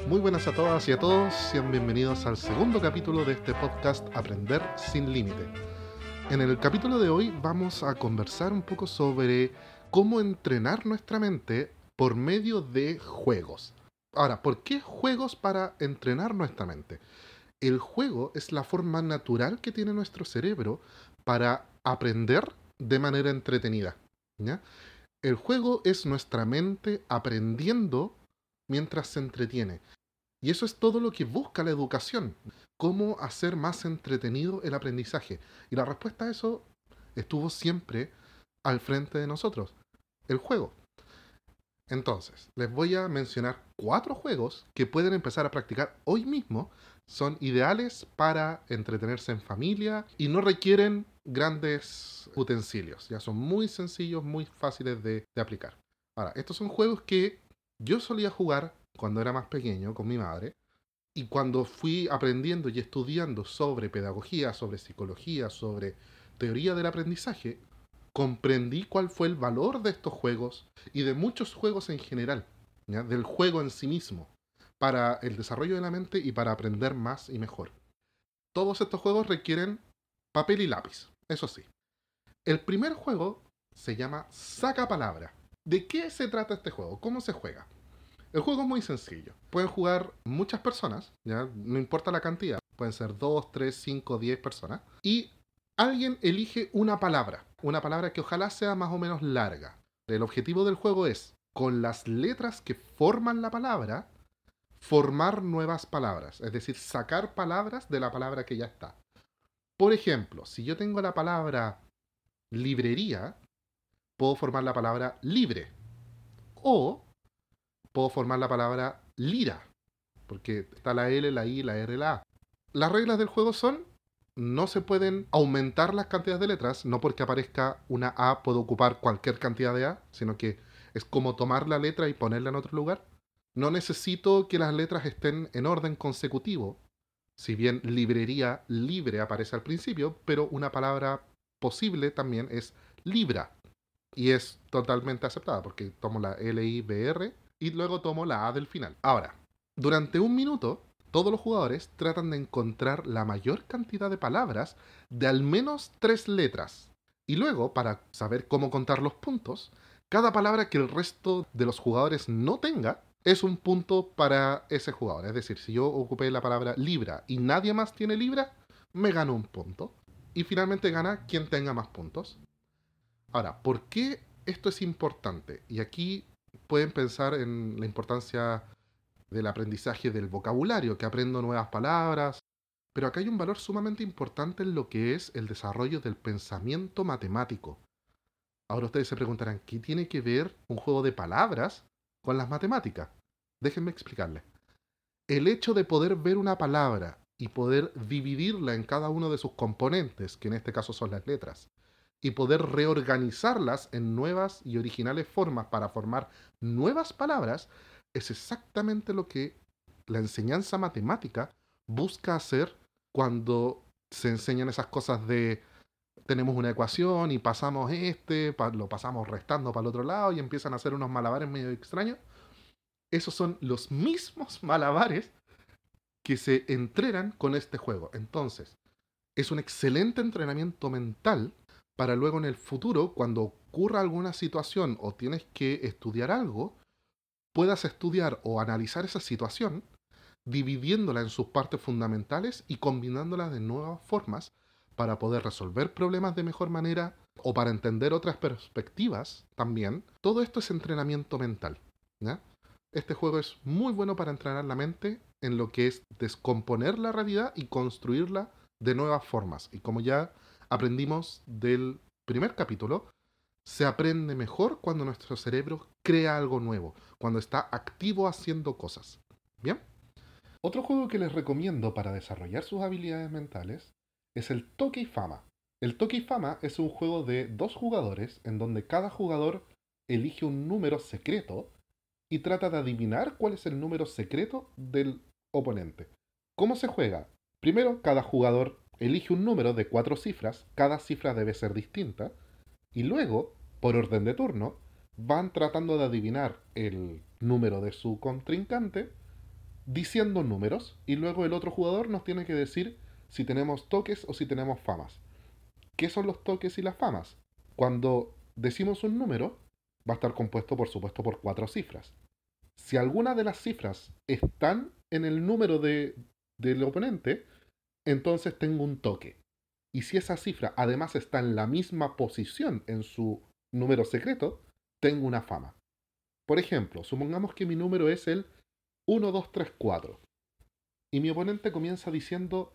Muy buenas a todas y a todos, sean bienvenidos al segundo capítulo de este podcast Aprender sin Límite. En el capítulo de hoy vamos a conversar un poco sobre cómo entrenar nuestra mente por medio de juegos. Ahora, ¿por qué juegos para entrenar nuestra mente? El juego es la forma natural que tiene nuestro cerebro para aprender de manera entretenida, ¿ya? El juego es nuestra mente aprendiendo mientras se entretiene. Y eso es todo lo que busca la educación. Cómo hacer más entretenido el aprendizaje. Y la respuesta a eso estuvo siempre al frente de nosotros. El juego. Entonces, les voy a mencionar 4 juegos que pueden empezar a practicar hoy mismo. Son ideales para entretenerse en familia y no requieren grandes utensilios. Ya son muy sencillos, muy fáciles de aplicar. Ahora, estos son juegos que yo solía jugar cuando era más pequeño con mi madre. Y cuando fui aprendiendo y estudiando sobre pedagogía, sobre psicología, sobre teoría del aprendizaje, comprendí cuál fue el valor de estos juegos y de muchos juegos en general, ¿ya? Del juego en sí mismo, para el desarrollo de la mente y para aprender más y mejor. Todos estos juegos requieren papel y lápiz, eso sí. El primer juego se llama Saca Palabra. ¿De qué se trata este juego? ¿Cómo se juega? El juego es muy sencillo. Pueden jugar muchas personas, ¿ya? No importa la cantidad. Pueden ser 2, 3, 5, 10 personas. Y alguien elige una palabra que ojalá sea más o menos larga. El objetivo del juego es, con las letras que forman la palabra, formar nuevas palabras. Es decir, sacar palabras de la palabra que ya está. Por ejemplo, si yo tengo la palabra librería, puedo formar la palabra libre. O puedo formar la palabra lira, porque está la L, la I, la R, la A. Las reglas del juego son, no se pueden aumentar las cantidades de letras, no porque aparezca una A puedo ocupar cualquier cantidad de A, sino que es como tomar la letra y ponerla en otro lugar. No necesito que las letras estén en orden consecutivo, si bien librería libre aparece al principio, pero una palabra posible también es libra, y es totalmente aceptada, porque tomo la LIBR y luego tomo la A del final. Ahora, durante un minuto, todos los jugadores tratan de encontrar la mayor cantidad de palabras de al menos 3 letras. Y luego, para saber cómo contar los puntos, cada palabra que el resto de los jugadores no tenga es un punto para ese jugador. Es decir, si yo ocupé la palabra libra y nadie más tiene libra, me gano un punto. Y finalmente gana quien tenga más puntos. Ahora, ¿por qué esto es importante? Y aquí pueden pensar en la importancia del aprendizaje del vocabulario, que aprendo nuevas palabras, pero acá hay un valor sumamente importante en lo que es el desarrollo del pensamiento matemático. Ahora ustedes se preguntarán, ¿qué tiene que ver un juego de palabras con las matemáticas? Déjenme explicarles. El hecho de poder ver una palabra y poder dividirla en cada uno de sus componentes, que en este caso son las letras, y poder reorganizarlas en nuevas y originales formas para formar nuevas palabras, es exactamente lo que la enseñanza matemática busca hacer cuando se enseñan esas cosas de tenemos una ecuación y pasamos lo pasamos restando para el otro lado y empiezan a hacer unos malabares medio extraños. Esos son los mismos malabares que se entrenan con este juego. Entonces, es un excelente entrenamiento mental para luego en el futuro, cuando ocurra alguna situación o tienes que estudiar algo, puedas estudiar o analizar esa situación dividiéndola en sus partes fundamentales y combinándolas de nuevas formas para poder resolver problemas de mejor manera o para entender otras perspectivas también. Todo esto es entrenamiento mental, ¿ya? Este juego es muy bueno para entrenar la mente en lo que es descomponer la realidad y construirla de nuevas formas. Y como ya aprendimos del primer capítulo, se aprende mejor cuando nuestro cerebro crea algo nuevo, cuando está activo haciendo cosas. ¿Bien? Otro juego que les recomiendo para desarrollar sus habilidades mentales es el Toque y Fama. El Toque y Fama es un juego de 2 jugadores en donde cada jugador elige un número secreto y trata de adivinar cuál es el número secreto del oponente. ¿Cómo se juega? Primero, cada jugador elige un número de 4 cifras, cada cifra debe ser distinta, y luego, por orden de turno, van tratando de adivinar el número de su contrincante diciendo números y luego el otro jugador nos tiene que decir si tenemos toques o si tenemos famas. ¿Qué son los toques y las famas? Cuando decimos un número, va a estar compuesto por supuesto por 4 cifras. Si alguna de las cifras están en el número del oponente, entonces tengo un toque. Y si esa cifra además está en la misma posición en su número secreto, tengo una fama. Por ejemplo, supongamos que mi número es el 1234 y mi oponente comienza diciendo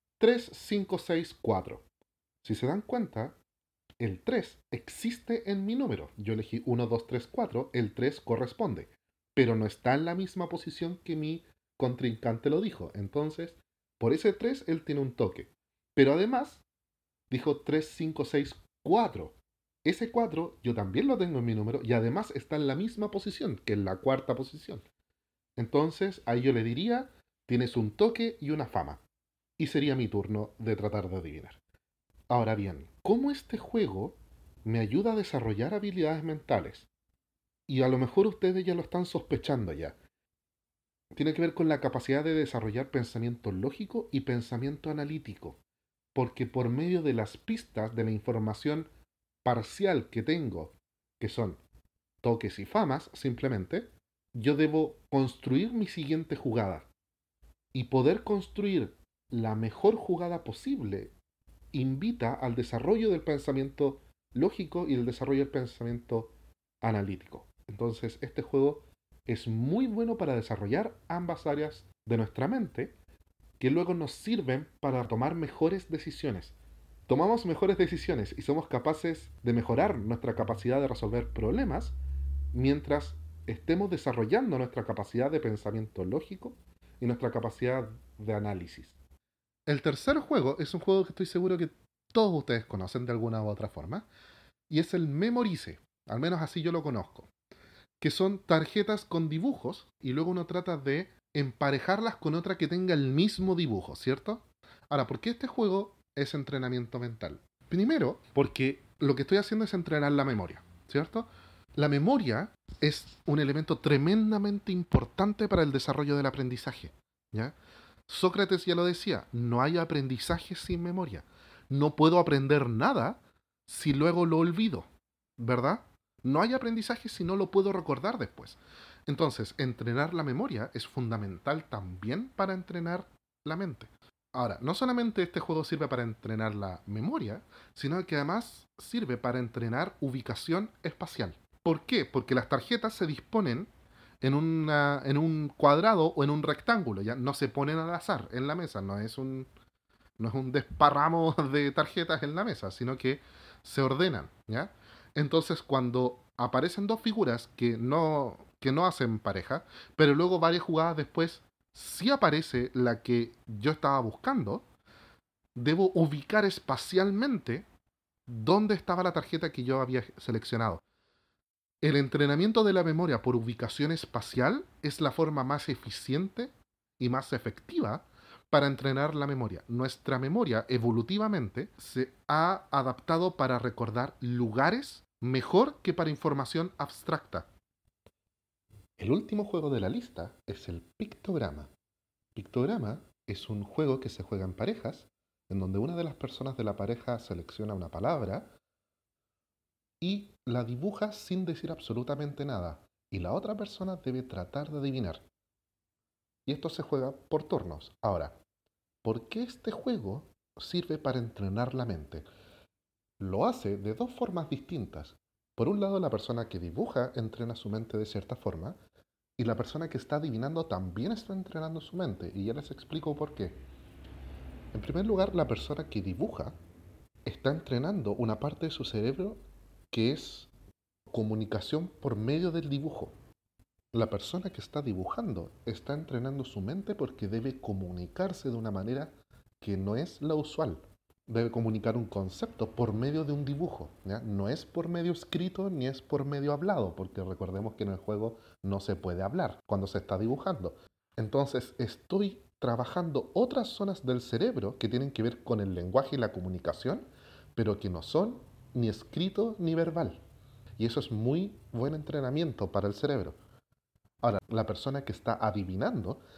3564. Si se dan cuenta, el 3 existe en mi número. Yo elegí 1234, el 3 corresponde, pero no está en la misma posición que mi contrincante lo dijo. Entonces, por ese 3 él tiene un toque. Pero además, dijo 3564. Ese 4 yo también lo tengo en mi número y además está en la misma posición, que en la cuarta posición. Entonces, ahí yo le diría, tienes un toque y una fama. Y sería mi turno de tratar de adivinar. Ahora bien, ¿cómo este juego me ayuda a desarrollar habilidades mentales? Y a lo mejor ustedes ya lo están sospechando ya. Tiene que ver con la capacidad de desarrollar pensamiento lógico y pensamiento analítico. Porque por medio de las pistas de la información parcial que tengo, que son toques y famas simplemente, yo debo construir mi siguiente jugada. Y poder construir la mejor jugada posible invita al desarrollo del pensamiento lógico y el desarrollo del pensamiento analítico. Entonces, este juego es muy bueno para desarrollar ambas áreas de nuestra mente que luego nos sirven para tomar mejores decisiones. Tomamos mejores decisiones y somos capaces de mejorar nuestra capacidad de resolver problemas mientras estemos desarrollando nuestra capacidad de pensamiento lógico y nuestra capacidad de análisis. El tercer juego es un juego que estoy seguro que todos ustedes conocen de alguna u otra forma, y es el Memorize, al menos así yo lo conozco, que son tarjetas con dibujos y luego uno trata de emparejarlas con otra que tenga el mismo dibujo, ¿cierto? Ahora, ¿por qué este juego es entrenamiento mental? Primero, porque lo que estoy haciendo es entrenar la memoria, ¿cierto? La memoria es un elemento tremendamente importante para el desarrollo del aprendizaje, ¿ya? Sócrates ya lo decía, no hay aprendizaje sin memoria. No puedo aprender nada si luego lo olvido, ¿verdad? No hay aprendizaje si no lo puedo recordar después. Entonces, entrenar la memoria es fundamental también para entrenar la mente. Ahora, no solamente este juego sirve para entrenar la memoria, sino que además sirve para entrenar ubicación espacial. ¿Por qué? Porque las tarjetas se disponen en un cuadrado o en un rectángulo, ya no se ponen al azar en la mesa, no es un desparramo de tarjetas en la mesa, sino que se ordenan, ¿ya? Entonces, cuando aparecen dos figuras que no hacen pareja, pero luego varias jugadas después sí aparece la que yo estaba buscando, debo ubicar espacialmente dónde estaba la tarjeta que yo había seleccionado. El entrenamiento de la memoria por ubicación espacial es la forma más eficiente y más efectiva para entrenar la memoria. Nuestra memoria evolutivamente se ha adaptado para recordar lugares mejor que para información abstracta. El último juego de la lista es el Pictograma. Pictograma es un juego que se juega en parejas, en donde una de las personas de la pareja selecciona una palabra y la dibuja sin decir absolutamente nada, y la otra persona debe tratar de adivinar. Y esto se juega por turnos. Ahora, ¿por qué este juego sirve para entrenar la mente? Lo hace de dos formas distintas. Por un lado, la persona que dibuja entrena su mente de cierta forma, y la persona que está adivinando también está entrenando su mente, y ya les explico por qué. En primer lugar, la persona que dibuja está entrenando una parte de su cerebro que es comunicación por medio del dibujo. La persona que está dibujando está entrenando su mente porque debe comunicarse de una manera que no es la usual. Debe comunicar un concepto por medio de un dibujo, ¿ya? No es por medio escrito ni es por medio hablado, porque recordemos que en el juego no se puede hablar cuando se está dibujando. Entonces estoy trabajando otras zonas del cerebro que tienen que ver con el lenguaje y la comunicación, pero que no son ni escrito ni verbal. Y eso es muy buen entrenamiento para el cerebro. Ahora, la persona que está adivinando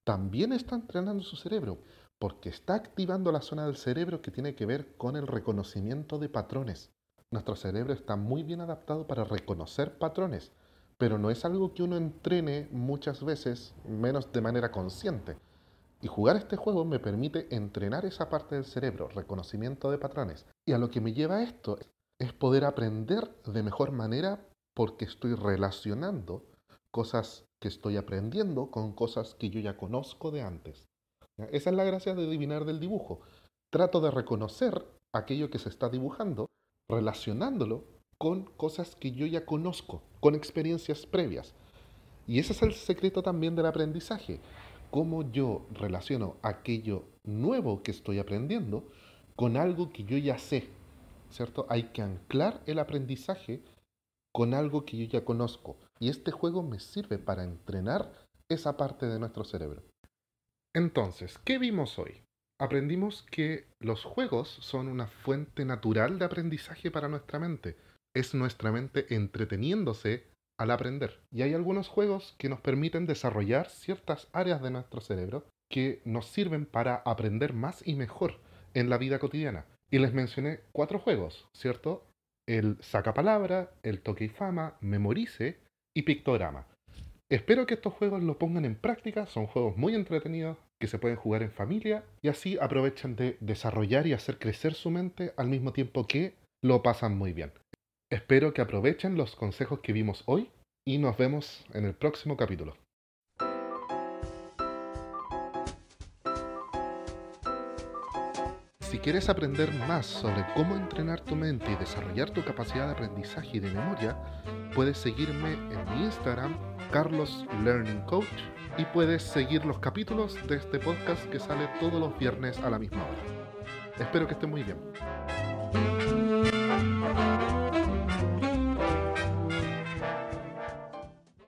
también está entrenando su cerebro, porque está activando la zona del cerebro que tiene que ver con el reconocimiento de patrones. Nuestro cerebro está muy bien adaptado para reconocer patrones, pero no es algo que uno entrene muchas veces, menos de manera consciente. Y jugar este juego me permite entrenar esa parte del cerebro, reconocimiento de patrones. Y a lo que me lleva esto es poder aprender de mejor manera porque estoy relacionando cosas que estoy aprendiendo con cosas que yo ya conozco de antes. ¿Ya? Esa es la gracia de adivinar del dibujo. Trato de reconocer aquello que se está dibujando, relacionándolo con cosas que yo ya conozco, con experiencias previas. Y ese es el secreto también del aprendizaje. Cómo yo relaciono aquello nuevo que estoy aprendiendo con algo que yo ya sé, ¿cierto? Hay que anclar el aprendizaje con algo que yo ya conozco. Y este juego me sirve para entrenar esa parte de nuestro cerebro. Entonces, ¿qué vimos hoy? Aprendimos que los juegos son una fuente natural de aprendizaje para nuestra mente. Es nuestra mente entreteniéndose al aprender. Y hay algunos juegos que nos permiten desarrollar ciertas áreas de nuestro cerebro que nos sirven para aprender más y mejor en la vida cotidiana. Y les mencioné 4 juegos, ¿cierto? El Sacapalabra, el Toque y Fama, Memorice y Pictograma. Espero que estos juegos lo pongan en práctica, son juegos muy entretenidos que se pueden jugar en familia y así aprovechan de desarrollar y hacer crecer su mente al mismo tiempo que lo pasan muy bien. Espero que aprovechen los consejos que vimos hoy y nos vemos en el próximo capítulo. Si quieres aprender más sobre cómo entrenar tu mente y desarrollar tu capacidad de aprendizaje y de memoria, puedes seguirme en mi Instagram, Carlos Learning Coach, y puedes seguir los capítulos de este podcast que sale todos los viernes a la misma hora. Espero que estén muy bien.